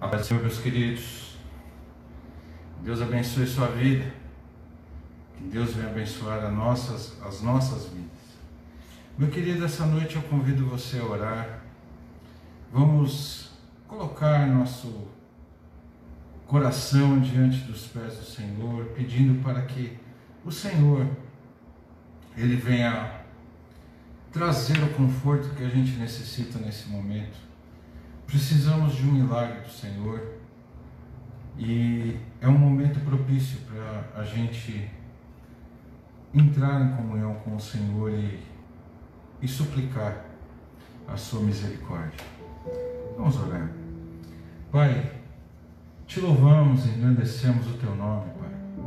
Senhor, meus queridos, Deus abençoe sua vida, que Deus venha abençoar as nossas vidas. Meu querido, essa noite eu convido você a orar. Vamos colocar nosso coração diante dos pés do Senhor, pedindo para que o Senhor, Ele venha trazer o conforto que a gente necessita nesse momento. Precisamos de um milagre do Senhor e é um momento propício para a gente entrar em comunhão com o Senhor e suplicar a sua misericórdia. Vamos orar. Pai, te louvamos e engrandecemos o teu nome, Pai.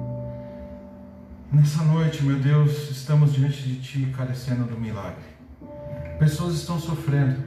Nessa noite, meu Deus, estamos diante de ti carecendo do milagre. Pessoas estão sofrendo,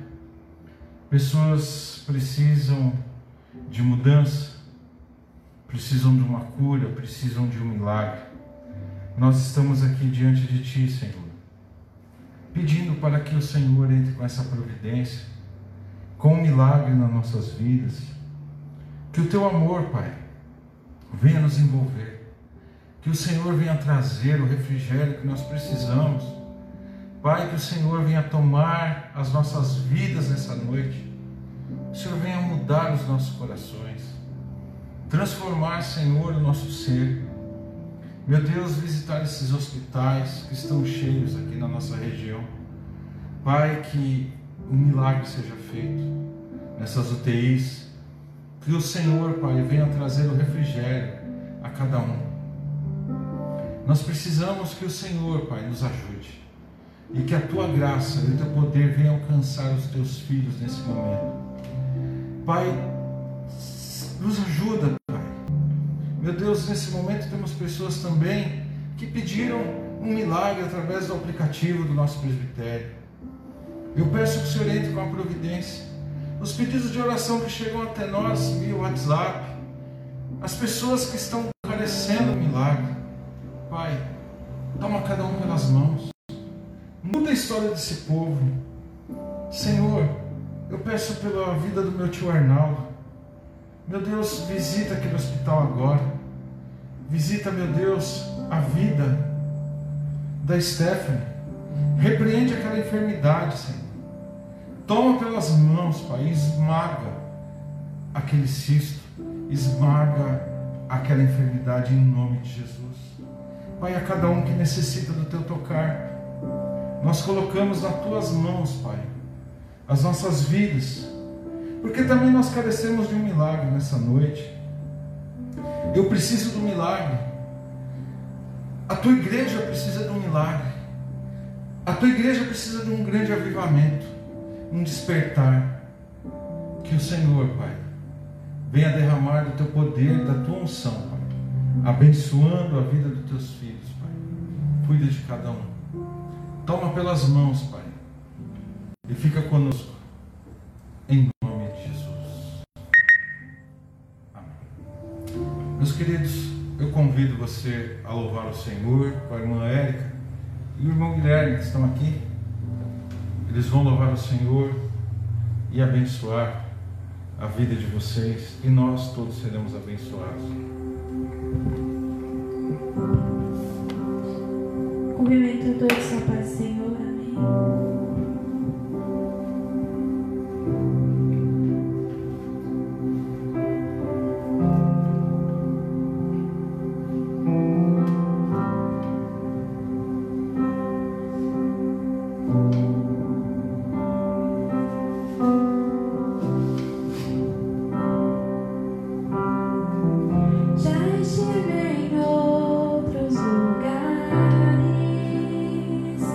pessoas precisam de mudança, precisam de uma cura, precisam de um milagre. Nós estamos aqui diante de ti, Senhor, pedindo para que o Senhor entre com essa providência, com um milagre nas nossas vidas. Que o teu amor, Pai, venha nos envolver. Que o Senhor venha trazer o refrigério que nós precisamos. Pai, que o Senhor venha tomar as nossas vidas nessa noite. O Senhor venha mudar os nossos corações. Transformar, Senhor, o nosso ser. Meu Deus, visitar esses hospitais que estão cheios aqui na nossa região. Pai, que um milagre seja feito nessas UTIs. Que o Senhor, Pai, venha trazer o refrigério a cada um. Nós precisamos que o Senhor, Pai, nos ajude. E que a Tua graça e o Teu poder venham alcançar os Teus filhos nesse momento. Pai, nos ajuda, Pai. Meu Deus, nesse momento temos pessoas também que pediram um milagre através do aplicativo do nosso presbitério. Eu peço que o Senhor entre com a providência. Os pedidos de oração que chegam até nós via WhatsApp, as pessoas que estão carecendo do milagre, Pai, toma cada um pelas mãos, muda a história desse povo. Senhor, eu peço pela vida do meu tio Arnaldo. Meu Deus, visita aquele hospital agora, visita, meu Deus, a vida da Stephanie, repreende aquela enfermidade, Senhor. Toma pelas mãos, Pai, esmaga aquele cisto, esmaga aquela enfermidade em nome de Jesus. Pai, a cada um que necessita do Teu tocar, nós colocamos nas Tuas mãos, Pai, as nossas vidas, porque também nós carecemos de um milagre nessa noite. Eu preciso do milagre, a Tua igreja precisa de um milagre, a Tua igreja precisa de um grande avivamento, um despertar. Que o Senhor, Pai, venha derramar do Teu poder, da Tua unção, Pai, abençoando a vida dos Teus filhos, Pai. Cuida de cada um, toma pelas mãos, Pai, e fica conosco, em nome de Jesus. Amém. Meus queridos, eu convido você a louvar o Senhor com a irmã Érica e o irmão Guilherme, que estão aqui. Eles vão louvar o Senhor e abençoar a vida de vocês, e nós todos seremos abençoados. Cumprimento a todos com a paz do Senhor. Amém. Já estive em outros lugares.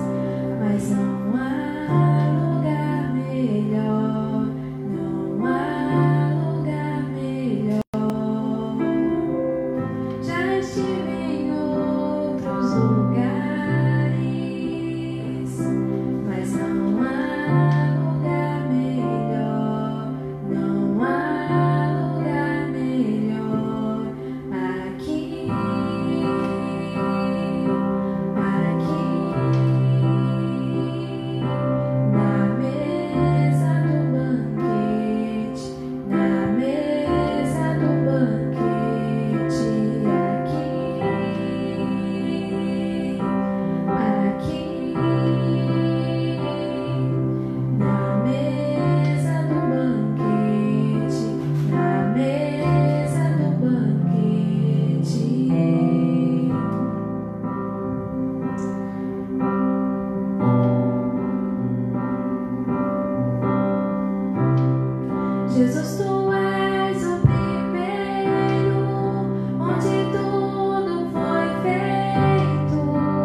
Jesus, tu és o primeiro, onde tudo foi feito.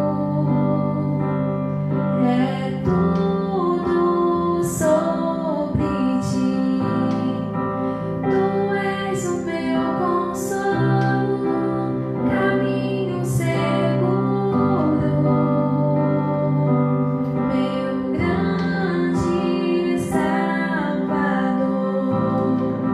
É tudo sobre ti. Tu és o meu consolo, caminho seguro, meu grande Salvador.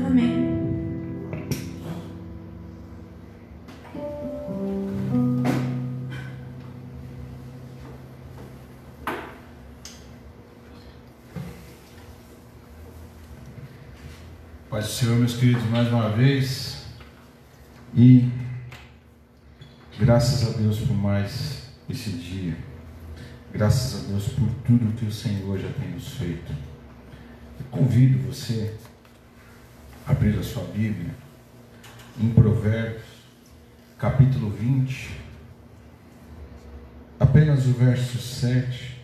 Amém. Paz do Senhor, meus queridos, mais uma vez, e graças a Deus por mais esse dia, graças a Deus por tudo que o Senhor já tem nos feito. Eu convido você a abrir a sua Bíblia em Provérbios, capítulo 20, apenas o verso 7.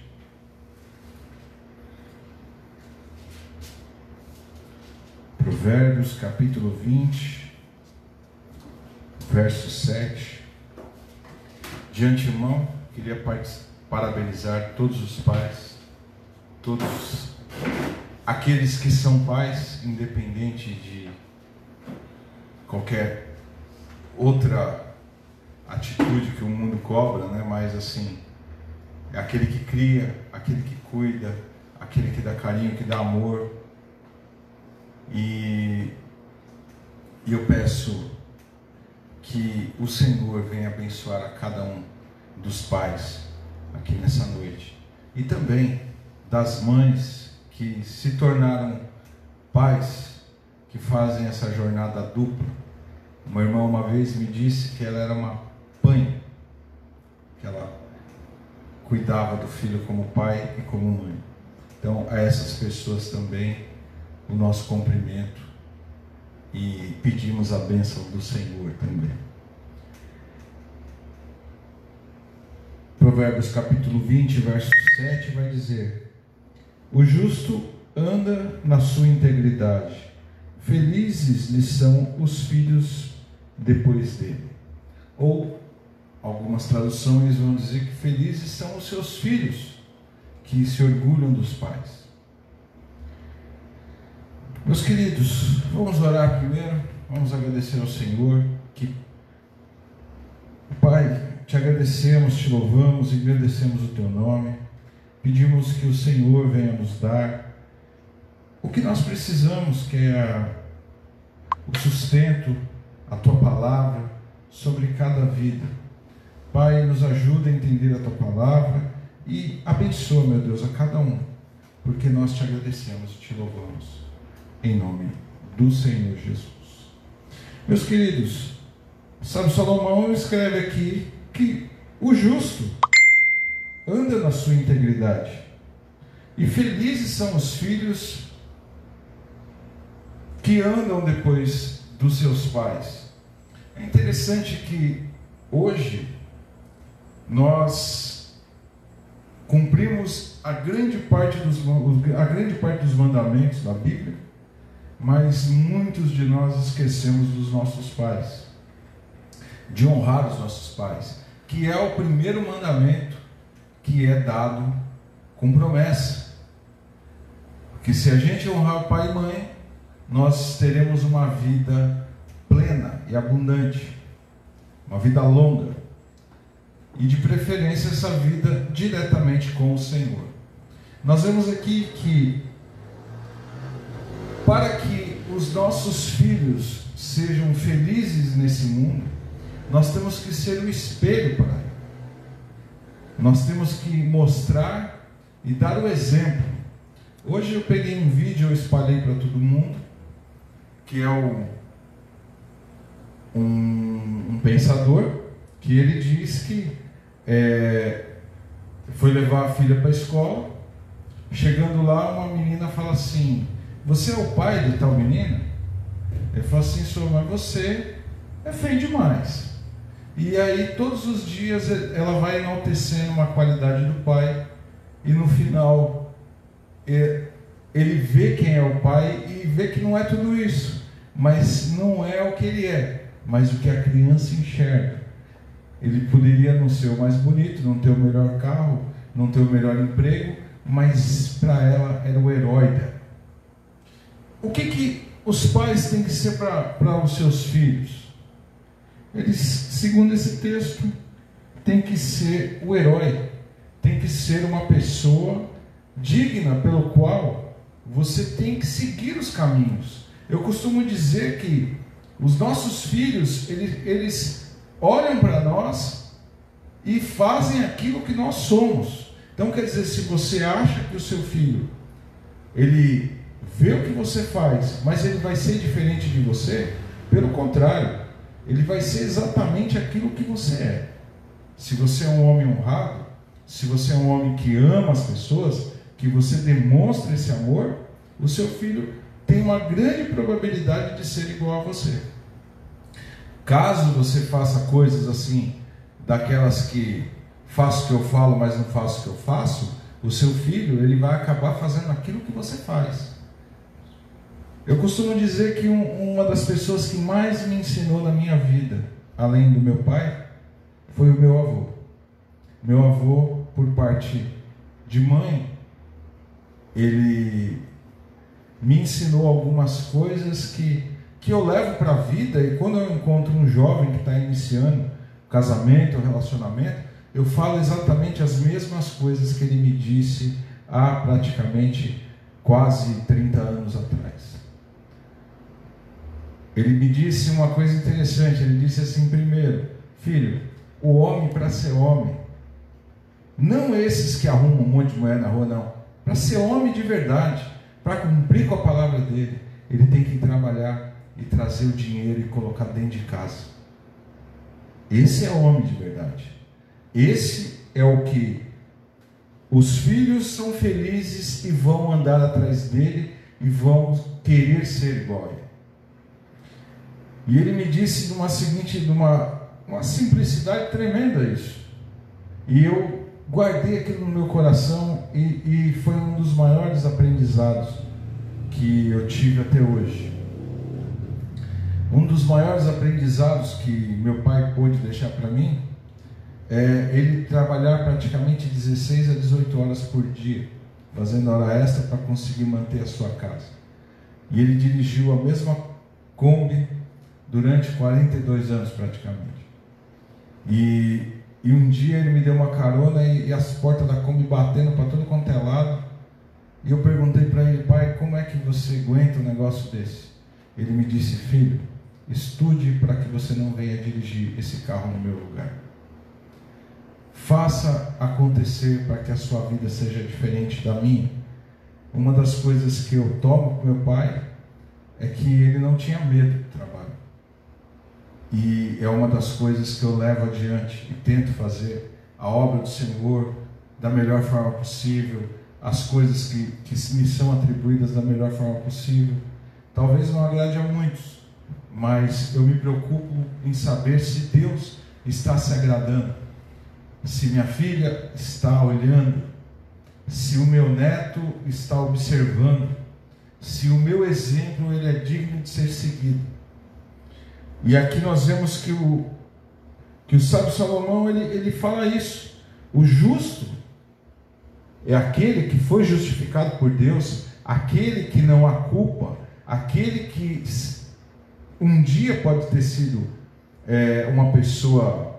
Provérbios capítulo 20, verso 7. De antemão, queria parabenizar todos os pais, todos aqueles que são pais, independente de qualquer outra atitude que o mundo cobra, né? Mas assim, é aquele que cria, aquele que cuida, aquele que dá carinho, que dá amor. E eu peço que o Senhor venha abençoar a cada um dos pais aqui nessa noite, e também das mães que se tornaram pais, que fazem essa jornada dupla. Uma irmã uma vez me disse que ela era uma mãe, que ela cuidava do filho como pai e como mãe. Então, a essas pessoas também o nosso cumprimento, e pedimos a bênção do Senhor também. Provérbios capítulo 20, verso 7 vai dizer: o justo anda na sua integridade, felizes lhe são os filhos depois dele. Ou algumas traduções vão dizer que felizes são os seus filhos, que se orgulham dos pais. Meus queridos, vamos orar primeiro, vamos agradecer ao Senhor, que, Pai, te agradecemos, te louvamos e agradecemos o teu nome, pedimos que o Senhor venha nos dar o que nós precisamos, que é o sustento, a tua palavra sobre cada vida. Pai, nos ajuda a entender a tua palavra e abençoa, meu Deus, a cada um, porque nós te agradecemos e te louvamos. Em nome do Senhor Jesus. Meus queridos, sabe, Salomão escreve aqui que o justo anda na sua integridade, e felizes são os filhos que andam depois dos seus pais. É interessante que hoje nós cumprimos a grande parte dos mandamentos da Bíblia, mas muitos de nós esquecemos dos nossos pais, de honrar os nossos pais, que é o primeiro mandamento que é dado com promessa. Porque se a gente honrar o pai e mãe, nós teremos uma vida plena e abundante, uma vida longa, e de preferência essa vida diretamente com o Senhor. Nós vemos aqui que para que os nossos filhos sejam felizes nesse mundo, nós temos que ser o espelho para ele. Nós temos que mostrar e dar o exemplo. Hoje eu peguei um vídeo, eu espalhei para todo mundo, que é um pensador, que ele diz que foi levar a filha para a escola. Chegando lá, uma menina fala assim: você é o pai de tal menina? Ele fala assim: sou, mas você é feio demais. E aí todos os dias ela vai enaltecendo uma qualidade do pai, e no final ele vê quem é o pai e vê que não é tudo isso, mas não é o que ele é, mas o que a criança enxerga. Ele poderia não ser o mais bonito, não ter o melhor carro, não ter o melhor emprego, mas para ela era o herói dela. O que os pais têm que ser para os seus filhos? Eles, segundo esse texto, têm que ser o herói, tem que ser uma pessoa digna pelo qual você tem que seguir os caminhos. Eu costumo dizer que os nossos filhos, eles olham para nós e fazem aquilo que nós somos. Então quer dizer, se você acha que o seu filho, ele vê o que você faz, mas ele vai ser diferente de você, pelo contrário, ele vai ser exatamente aquilo que você é. Se você é um homem honrado, se você é um homem que ama as pessoas, que você demonstra esse amor, o seu filho tem uma grande probabilidade de ser igual a você. Caso você faça coisas assim, daquelas que faço o que eu falo, mas não faço o que eu faço, o seu filho, ele vai acabar fazendo aquilo que você faz. Eu costumo dizer que uma das pessoas que mais me ensinou na minha vida, além do meu pai, foi o meu avô. Meu avô, por parte de mãe, ele me ensinou algumas coisas que eu levo para a vida, e quando eu encontro um jovem que está iniciando casamento, relacionamento, eu falo exatamente as mesmas coisas que ele me disse há praticamente quase 30 anos atrás. Ele me disse uma coisa interessante, ele disse assim: primeiro, filho, o homem, para ser homem, não esses que arrumam um monte de mulher na rua, não. Para ser homem de verdade, para cumprir com a palavra dele, ele tem que trabalhar e trazer o dinheiro e colocar dentro de casa. Esse é o homem de verdade. Esse é o que os filhos são felizes e vão andar atrás dele e vão querer ser igual a ele. E ele me disse uma simplicidade tremenda isso. E eu guardei aquilo no meu coração e foi um dos maiores aprendizados que eu tive até hoje. Um dos maiores aprendizados que meu pai pôde deixar para mim é ele trabalhar praticamente 16 a 18 horas por dia, fazendo hora extra para conseguir manter a sua casa. E ele dirigiu a mesma Kombi durante 42 anos praticamente. E um dia ele me deu uma carona e as portas da Kombi batendo para todo quanto é lado. E eu perguntei para ele: pai, como é que você aguenta um negócio desse? Ele me disse: filho, estude para que você não venha dirigir esse carro no meu lugar. Faça acontecer para que a sua vida seja diferente da minha. Uma das coisas que eu tomo com meu pai é que ele não tinha medo do trabalho. E é uma das coisas que eu levo adiante e tento fazer a obra do Senhor da melhor forma possível, as coisas que me são atribuídas da melhor forma possível. Talvez não agrade a muitos, mas eu me preocupo em saber se Deus está se agradando, se minha filha está olhando, se o meu neto está observando, se o meu exemplo ele é digno de ser seguido. E aqui nós vemos que o sábio Salomão ele fala isso: o justo é aquele que foi justificado por Deus, aquele que não há culpa, aquele que um dia pode ter sido uma pessoa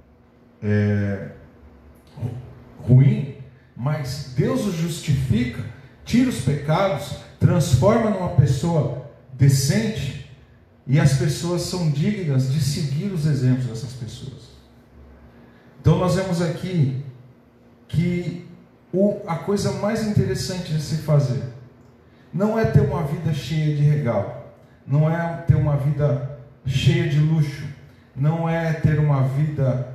ruim, mas Deus o justifica, tira os pecados, transforma numa pessoa decente, e as pessoas são dignas de seguir os exemplos dessas pessoas. Então nós vemos aqui que a coisa mais interessante de se fazer não é ter uma vida cheia de regalo, não é ter uma vida cheia de luxo, não é ter uma vida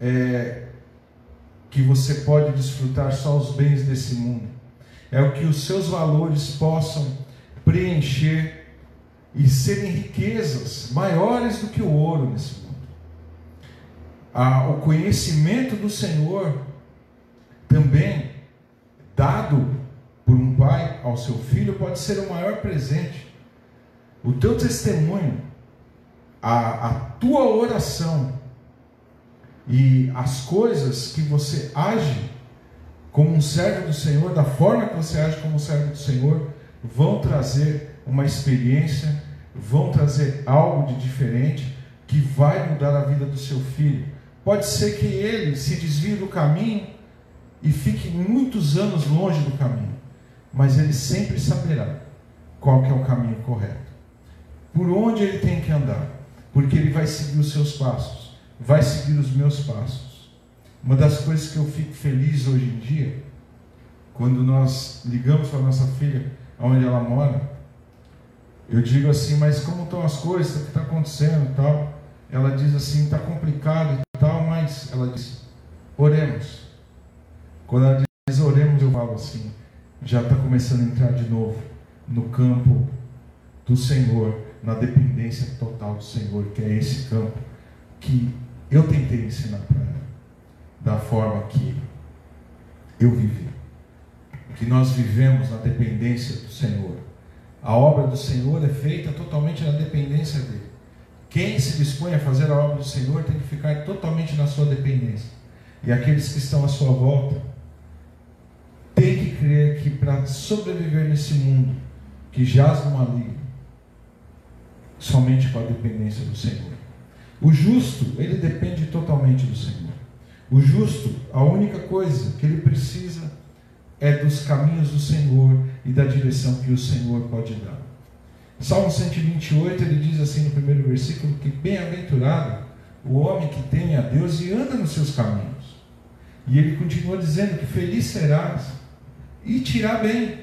que você pode desfrutar só os bens desse mundo. É o que os seus valores possam preencher e serem riquezas maiores do que o ouro nesse mundo. O conhecimento do Senhor, também dado por um pai ao seu filho, pode ser o maior presente. O teu testemunho, a tua oração e as coisas que você age como um servo do Senhor, da forma que você age como um servo do Senhor, vão trazer uma experiência, vão trazer algo de diferente que vai mudar a vida do seu filho. Pode ser que ele se desvie do caminho e fique muitos anos longe do caminho, mas ele sempre saberá qual que é o caminho correto. por onde ele tem que andar, porque ele vai seguir os seus passos, vai seguir os meus passos. Uma das coisas que eu fico feliz hoje em dia, quando nós ligamos para a nossa filha, onde ela mora, eu digo assim, mas como estão as coisas, o que está acontecendo e tal? Ela diz assim, está complicado e tal, mas ela diz, oremos. Quando ela diz oremos, eu falo assim, já está começando a entrar de novo no campo do Senhor, na dependência total do Senhor, que é esse campo que eu tentei ensinar para ela, da forma que eu vivi, que nós vivemos na dependência do Senhor. A obra do Senhor é feita totalmente na dependência dele. Quem se dispõe a fazer a obra do Senhor tem que ficar totalmente na sua dependência. E aqueles que estão à sua volta têm que crer que para sobreviver nesse mundo que jaz no maligno, somente com a dependência do Senhor. O justo, ele depende totalmente do Senhor. O justo, a única coisa que ele precisa é dos caminhos do Senhor e da direção que o Senhor pode dar. Salmo 128, ele diz assim no primeiro versículo, que bem-aventurado o homem que teme a Deus e anda nos seus caminhos. E ele continua dizendo que feliz serás e te irá bem.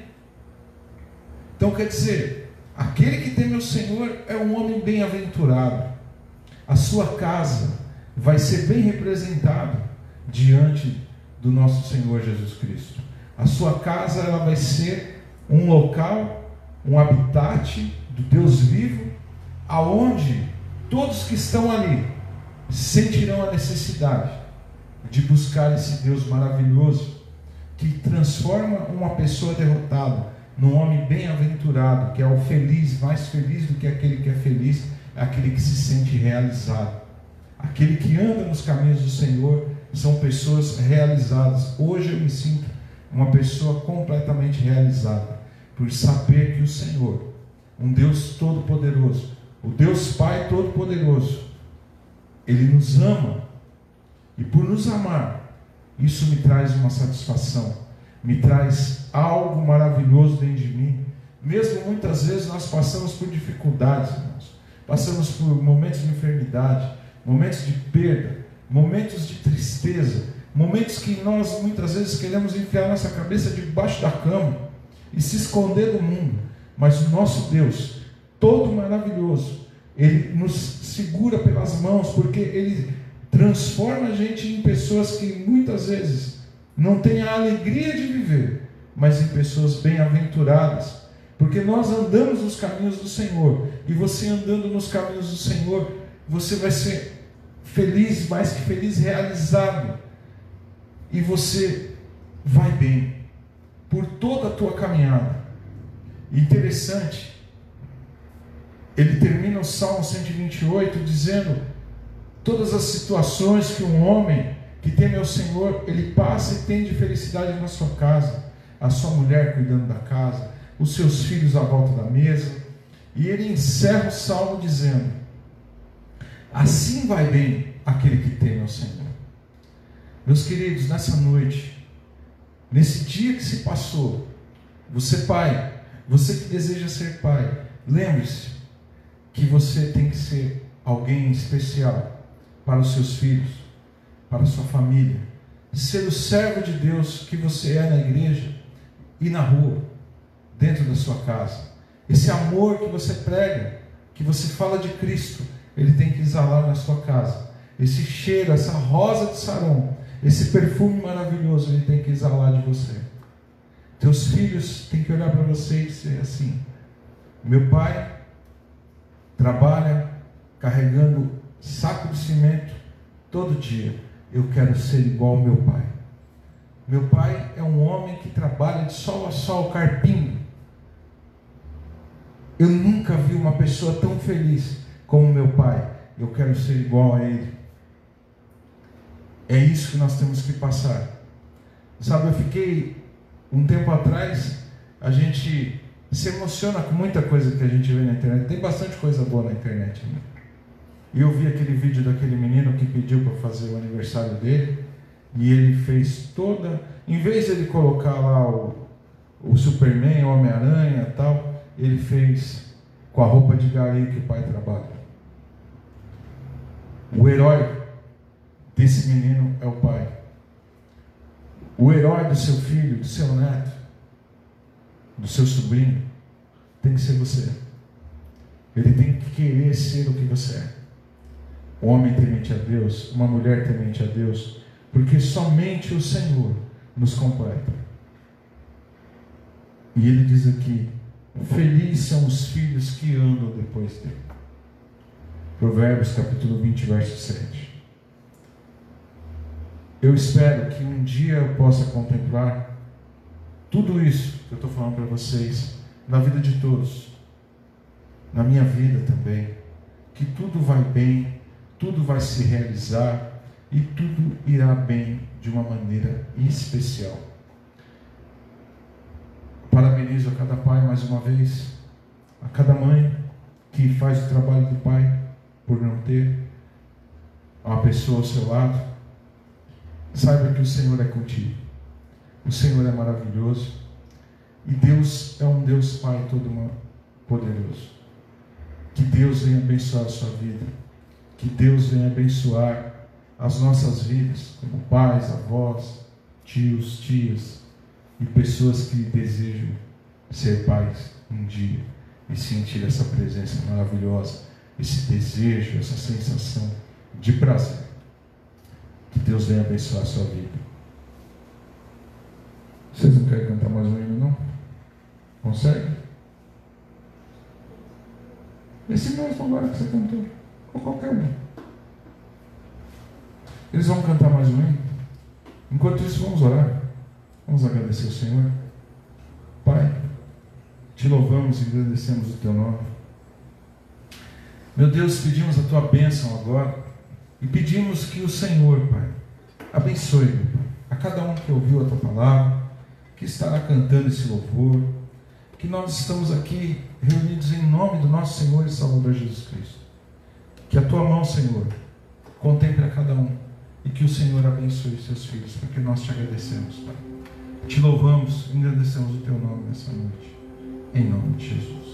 Então quer dizer, aquele que teme ao Senhor é um homem bem-aventurado. A sua casa vai ser bem representada diante do nosso Senhor Jesus Cristo. A sua casa, ela vai ser um local, um habitat do Deus vivo, aonde todos que estão ali sentirão a necessidade de buscar esse Deus maravilhoso, que transforma uma pessoa derrotada num homem bem-aventurado, que é o feliz, mais feliz do que aquele que é feliz, é aquele que se sente realizado. Aquele que anda nos caminhos do Senhor são pessoas realizadas. Hoje eu me sinto uma pessoa completamente realizada, por saber que o Senhor, um Deus todo-poderoso, o Deus Pai todo-poderoso, Ele nos ama, e por nos amar, isso me traz uma satisfação, me traz algo maravilhoso dentro de mim. Mesmo muitas vezes nós passamos por dificuldades, irmãos, passamos por momentos de enfermidade, momentos de perda, momentos de tristeza, momentos que nós muitas vezes queremos enfiar nossa cabeça debaixo da cama e se esconder do mundo, mas o nosso Deus, todo maravilhoso, Ele nos segura pelas mãos, porque Ele transforma a gente em pessoas que muitas vezes não têm a alegria de viver, mas em pessoas bem-aventuradas, porque nós andamos nos caminhos do Senhor, e você andando nos caminhos do Senhor, você vai ser feliz, mais que feliz, realizado, e você vai bem por toda a tua caminhada. Interessante, ele termina o Salmo 128 dizendo todas as situações que um homem que teme ao Senhor, ele passa e tem de felicidade na sua casa, a sua mulher cuidando da casa, os seus filhos à volta da mesa, e ele encerra o Salmo dizendo: assim vai bem aquele que teme ao Senhor. Meus queridos, nessa noite, nesse dia que se passou, você pai, você que deseja ser pai, lembre-se que você tem que ser alguém especial para os seus filhos, para a sua família, ser o servo de Deus que você é na igreja e na rua, dentro da sua casa. Esse amor que você prega, que você fala de Cristo, ele tem que exalar na sua casa. Esse cheiro, essa rosa de Saron, esse perfume maravilhoso, ele tem que exalar de você. Teus filhos têm que olhar para você e dizer assim: meu pai trabalha carregando saco de cimento todo dia, eu quero ser igual ao meu pai. Meu pai é um homem que trabalha de sol a sol, carpindo. Eu nunca vi uma pessoa tão feliz como meu pai, eu quero ser igual a ele. É isso que nós temos que passar. Sabe, eu fiquei um tempo atrás, a gente se emociona com muita coisa que a gente vê na internet. Tem bastante coisa boa na internet, né? E eu vi aquele vídeo daquele menino que pediu para fazer o aniversário dele, e ele fez toda, em vez de ele colocar lá o Superman, o Homem-Aranha e tal, ele fez com a roupa de gari que o pai trabalha. O herói desse menino é o pai. O herói do seu filho, do seu neto, do seu sobrinho, tem que ser você. Ele tem que querer ser o que você é. Um homem temente a Deus, uma mulher temente a Deus, porque somente o Senhor nos completa. E ele diz aqui: felizes são os filhos que andam depois dele. Provérbios capítulo 20, verso 7. Eu espero que um dia eu possa contemplar tudo isso que eu estou falando para vocês na vida de todos, na minha vida também, que tudo vai bem, tudo vai se realizar e tudo irá bem de uma maneira especial. Parabenizo a cada pai mais uma vez, a cada mãe que faz o trabalho do pai por não ter uma pessoa ao seu lado. Saiba que o Senhor é contigo, o Senhor é maravilhoso e Deus é um Deus Pai todo poderoso. Que Deus venha abençoar a sua vida, que Deus venha abençoar as nossas vidas, como pais, avós, tios, tias e pessoas que desejam ser pais um dia e sentir essa presença maravilhosa, esse desejo, essa sensação de prazer. Que Deus venha abençoar a sua vida. Vocês não querem cantar mais um hino, não? Consegue? Esse mesmo agora que você cantou, ou qualquer um. Eles vão cantar mais um hino. Enquanto isso, vamos orar. Vamos agradecer ao Senhor. Pai, te louvamos e agradecemos o teu nome. Meu Deus, pedimos a tua bênção agora e pedimos que o Senhor, Pai, abençoe, meu Pai, a cada um que ouviu a tua palavra, que estará cantando esse louvor, que nós estamos aqui reunidos em nome do nosso Senhor e Salvador Jesus Cristo. Que a tua mão, Senhor, contemple a cada um e que o Senhor abençoe os seus filhos, porque nós te agradecemos, Pai. Te louvamos e agradecemos o teu nome nessa noite, em nome de Jesus.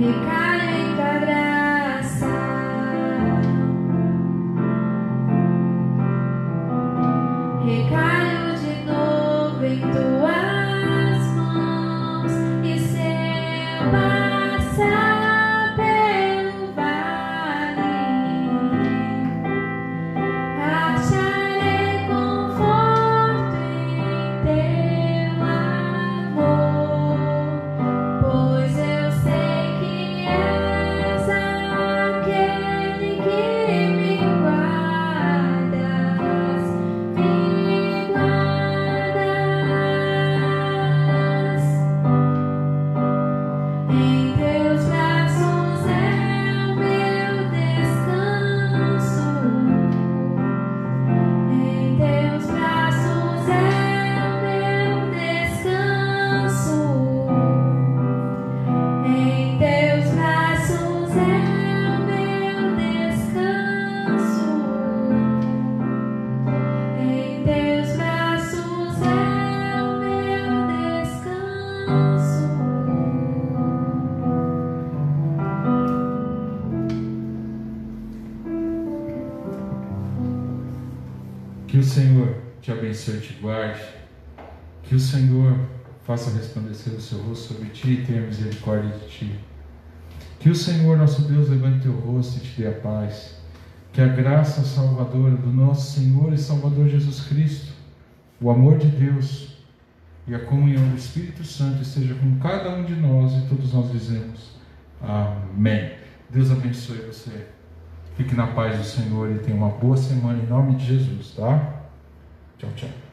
Que o Senhor te abençoe e te guarde. Que o Senhor faça resplandecer o seu rosto sobre ti e tenha misericórdia de ti. Que o Senhor, nosso Deus, levante teu rosto e te dê a paz. Que a graça salvadora do nosso Senhor e Salvador Jesus Cristo, o amor de Deus e a comunhão do Espírito Santo esteja com cada um de nós, e todos nós dizemos amém. Deus abençoe você. Fique na paz do Senhor e tenha uma boa semana em nome de Jesus, tá? Tchau, tchau.